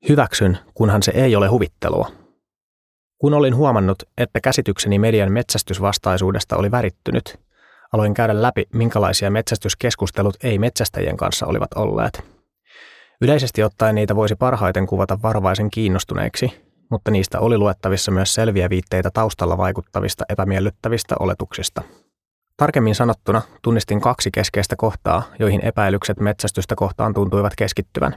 Hyväksyn, kunhan se ei ole huvittelua. Kun olin huomannut, että käsitykseni median metsästysvastaisuudesta oli värittynyt, aloin käydä läpi, minkälaisia metsästyskeskustelut ei-metsästäjien kanssa olivat olleet. Yleisesti ottaen niitä voisi parhaiten kuvata varovaisen kiinnostuneiksi, mutta niistä oli luettavissa myös selviä viitteitä taustalla vaikuttavista epämiellyttävistä oletuksista. Tarkemmin sanottuna tunnistin 2 keskeistä kohtaa, joihin epäilykset metsästystä kohtaan tuntuivat keskittyvän.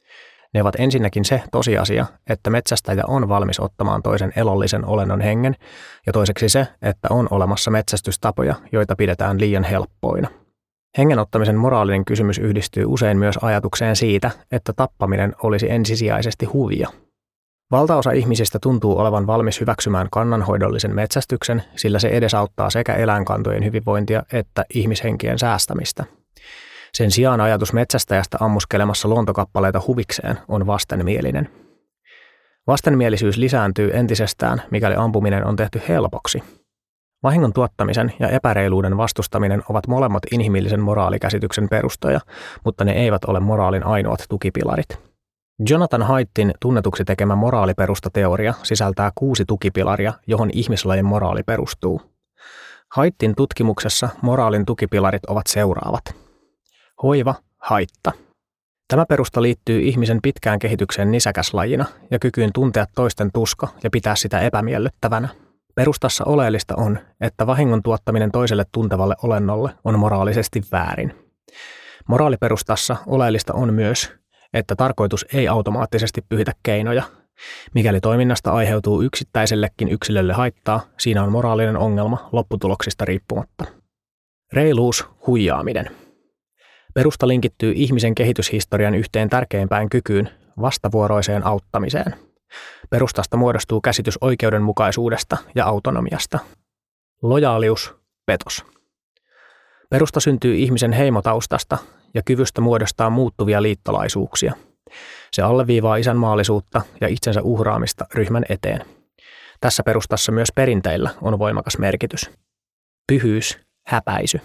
Ne ovat ensinnäkin se tosiasia, että metsästäjä on valmis ottamaan toisen elollisen olennon hengen, ja toiseksi se, että on olemassa metsästystapoja, joita pidetään liian helppoina. Hengen ottamisen moraalinen kysymys yhdistyy usein myös ajatukseen siitä, että tappaminen olisi ensisijaisesti huvia. Valtaosa ihmisistä tuntuu olevan valmis hyväksymään kannanhoidollisen metsästyksen, sillä se edesauttaa sekä eläinkantojen hyvinvointia että ihmishenkien säästämistä. Sen sijaan ajatus metsästäjästä ammuskelemassa luontokappaleita huvikseen on vastenmielinen. Vastenmielisyys lisääntyy entisestään, mikäli ampuminen on tehty helpoksi. Vahingon tuottamisen ja epäreiluuden vastustaminen ovat molemmat inhimillisen moraalikäsityksen perustoja, mutta ne eivät ole moraalin ainoat tukipilarit. Jonathan Haidtin tunnetuksi tekemä moraaliperustateoria sisältää 6 tukipilaria, johon ihmislajin moraali perustuu. Haidtin tutkimuksessa moraalin tukipilarit ovat seuraavat. Hoiva, haitta. Tämä perusta liittyy ihmisen pitkään kehitykseen nisäkäslajina ja kykyyn tuntea toisten tuska ja pitää sitä epämiellyttävänä. Perustassa oleellista on, että vahingon tuottaminen toiselle tuntevalle olennolle on moraalisesti väärin. Moraaliperustassa oleellista on myös, että tarkoitus ei automaattisesti pyhitä keinoja. Mikäli toiminnasta aiheutuu yksittäisellekin yksilölle haittaa, siinä on moraalinen ongelma lopputuloksista riippumatta. Reiluus, huijaaminen. Perusta linkittyy ihmisen kehityshistorian yhteen tärkeimpään kykyyn, vastavuoroiseen auttamiseen. Perustasta muodostuu käsitys oikeudenmukaisuudesta ja autonomiasta. Lojaalius, petos. Perusta syntyy ihmisen heimotaustasta ja kyvystä muodostaa muuttuvia liittolaisuuksia. Se alleviivaa isänmaallisuutta ja itsensä uhraamista ryhmän eteen. Tässä perustassa myös perinteillä on voimakas merkitys. Pyhyys, häpäisy.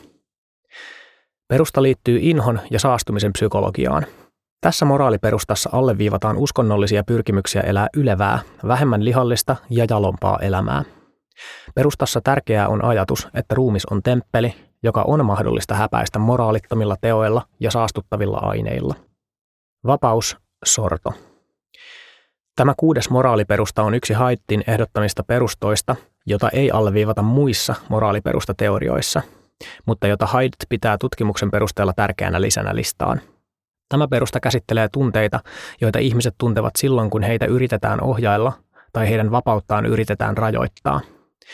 Perusta liittyy inhon ja saastumisen psykologiaan. Tässä moraaliperustassa alleviivataan uskonnollisia pyrkimyksiä elää ylevää, vähemmän lihallista ja jalompaa elämää. Perustassa tärkeää on ajatus, että ruumis on temppeli, joka on mahdollista häpäistä moraalittomilla teoilla ja saastuttavilla aineilla. Vapaus, sorto. Tämä 6. moraaliperusta on yksi Haidtin ehdottamista perustoista, jota ei alleviivata muissa moraaliperustateorioissa, mutta jota Haidt pitää tutkimuksen perusteella tärkeänä lisänä listaan. Tämä perusta käsittelee tunteita, joita ihmiset tuntevat silloin, kun heitä yritetään ohjailla tai heidän vapauttaan yritetään rajoittaa.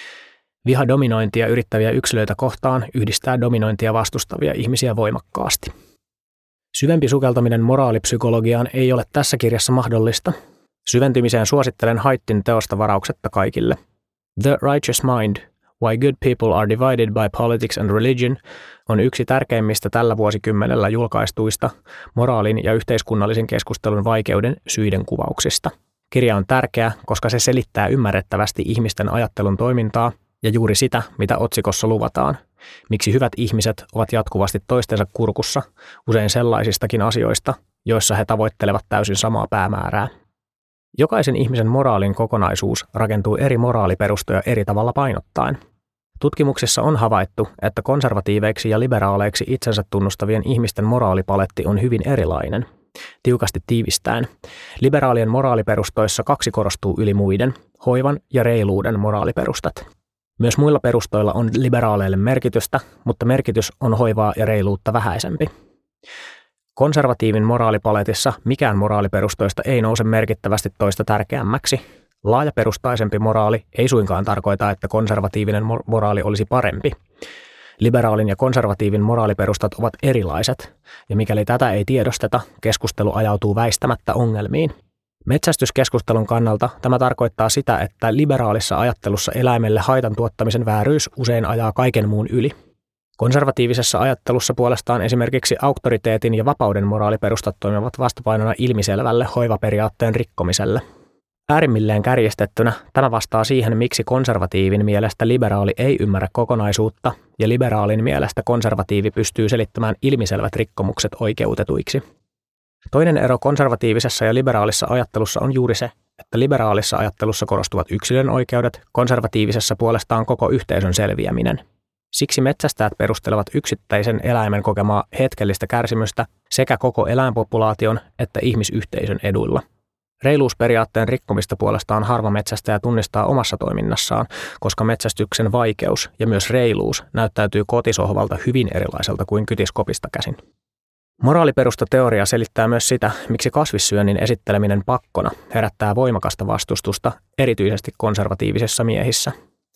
Viha dominointia yrittäviä yksilöitä kohtaan yhdistää dominointia vastustavia ihmisiä voimakkaasti. Syvempi sukeltaminen moraalipsykologiaan ei ole tässä kirjassa mahdollista. Syventymiseen suosittelen Haidtin teosta varauksetta kaikille. The Righteous Mind, Why Good People Are Divided by Politics and Religion on yksi tärkeimmistä tällä vuosikymmenellä julkaistuista moraalin ja yhteiskunnallisen keskustelun vaikeuden syiden kuvauksista. Kirja on tärkeä, koska se selittää ymmärrettävästi ihmisten ajattelun toimintaa ja juuri sitä, mitä otsikossa luvataan. Miksi hyvät ihmiset ovat jatkuvasti toistensa kurkussa, usein sellaisistakin asioista, joissa he tavoittelevat täysin samaa päämäärää. Jokaisen ihmisen moraalin kokonaisuus rakentuu eri moraaliperustoja eri tavalla painottaen. Tutkimuksissa on havaittu, että konservatiiveiksi ja liberaaleiksi itsensä tunnustavien ihmisten moraalipaletti on hyvin erilainen. Tiukasti tiivistäen, liberaalien moraaliperustoissa 2 korostuu yli muiden, hoivan ja reiluuden moraaliperustat. Myös muilla perustoilla on liberaaleille merkitystä, mutta merkitys on hoivaa ja reiluutta vähäisempi. Konservatiivin moraalipaletissa mikään moraaliperustoista ei nouse merkittävästi toista tärkeämmäksi. Laajaperustaisempi moraali ei suinkaan tarkoita, että konservatiivinen moraali olisi parempi. Liberaalin ja konservatiivin moraaliperustat ovat erilaiset, ja mikäli tätä ei tiedosteta, keskustelu ajautuu väistämättä ongelmiin. Metsästyskeskustelun kannalta tämä tarkoittaa sitä, että liberaalissa ajattelussa eläimelle haitan tuottamisen vääryys usein ajaa kaiken muun yli. Konservatiivisessa ajattelussa puolestaan esimerkiksi auktoriteetin ja vapauden moraaliperustat toimivat vastapainona ilmiselvälle hoivaperiaatteen rikkomiselle. Äärimmilleen kärjistettynä tämä vastaa siihen, miksi konservatiivin mielestä liberaali ei ymmärrä kokonaisuutta ja liberaalin mielestä konservatiivi pystyy selittämään ilmiselvät rikkomukset oikeutetuiksi. Toinen ero konservatiivisessa ja liberaalissa ajattelussa on juuri se, että liberaalissa ajattelussa korostuvat yksilön oikeudet, konservatiivisessa puolestaan koko yhteisön selviäminen. Siksi metsästäjät perustelevat yksittäisen eläimen kokemaa hetkellistä kärsimystä sekä koko eläinpopulaation että ihmisyhteisön eduilla. Reiluusperiaatteen rikkomista puolestaan harva metsästäjä tunnistaa omassa toiminnassaan, koska metsästyksen vaikeus ja myös reiluus näyttäytyy kotisohvalta hyvin erilaiselta kuin kytiskopista käsin. Moraaliperustateoria selittää myös sitä, miksi kasvissyönnin esitteleminen pakkona herättää voimakasta vastustusta, erityisesti konservatiivisissa miehissä.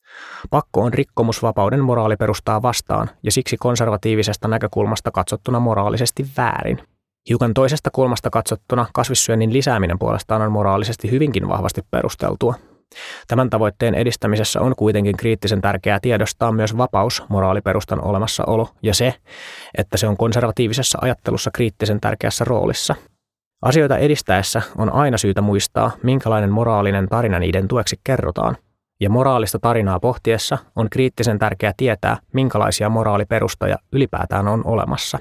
Pakko on rikkomus vapauden moraaliperustaa vastaan ja siksi konservatiivisesta näkökulmasta katsottuna moraalisesti väärin. Hiukan toisesta kulmasta katsottuna kasvissyönnin lisääminen puolestaan on moraalisesti hyvinkin vahvasti perusteltua. Tämän tavoitteen edistämisessä on kuitenkin kriittisen tärkeää tiedostaa myös vapaus moraaliperustan olemassaolo ja se, että se on konservatiivisessa ajattelussa kriittisen tärkeässä roolissa. Asioita edistäessä on aina syytä muistaa, minkälainen moraalinen tarina niiden tueksi kerrotaan. Ja moraalista tarinaa pohtiessa on kriittisen tärkeää tietää, minkälaisia moraaliperustoja ylipäätään on olemassa.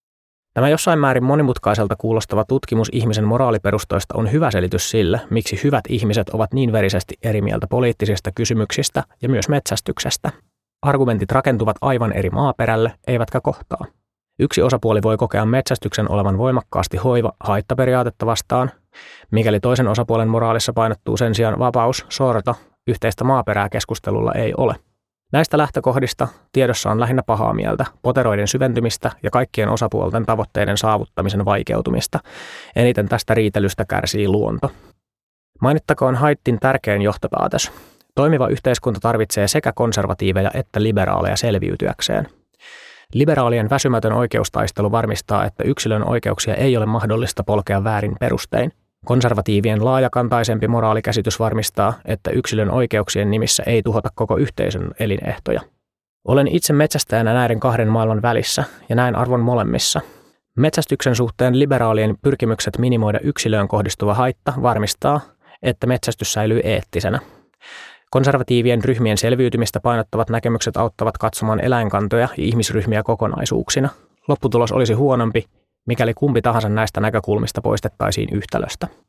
Tämä jossain määrin monimutkaiselta kuulostava tutkimus ihmisen moraaliperustoista on hyvä selitys sille, miksi hyvät ihmiset ovat niin verisesti eri mieltä poliittisista kysymyksistä ja myös metsästyksestä. Argumentit rakentuvat aivan eri maaperälle, eivätkä kohtaa. Yksi osapuoli voi kokea metsästyksen olevan voimakkaasti haittaperiaatetta vastaan, mikäli toisen osapuolen moraalissa painottuu sen sijaan vapaus, sorto, yhteistä maaperää keskustelulla ei ole. Näistä lähtökohdista tiedossa on lähinnä pahaa mieltä, poteroiden syventymistä ja kaikkien osapuolten tavoitteiden saavuttamisen vaikeutumista. Eniten tästä riitelystä kärsii luonto. Mainittakoon Haidtin tärkein johtopäätös. Toimiva yhteiskunta tarvitsee sekä konservatiiveja että liberaaleja selviytyäkseen. Liberaalien väsymätön oikeustaistelu varmistaa, että yksilön oikeuksia ei ole mahdollista polkea väärin perustein. Konservatiivien laajakantaisempi moraalikäsitys varmistaa, että yksilön oikeuksien nimissä ei tuhota koko yhteisön elinehtoja. Olen itse metsästäjänä näiden kahden maailman välissä ja näen arvon molemmissa. Metsästyksen suhteen liberaalien pyrkimykset minimoida yksilöön kohdistuva haitta varmistaa, että metsästys säilyy eettisenä. Konservatiivien ryhmien selviytymistä painottavat näkemykset auttavat katsomaan eläinkantoja ja ihmisryhmiä kokonaisuuksina. Lopputulos olisi huonompi, mikäli kumpi tahansa näistä näkökulmista poistettaisiin yhtälöstä.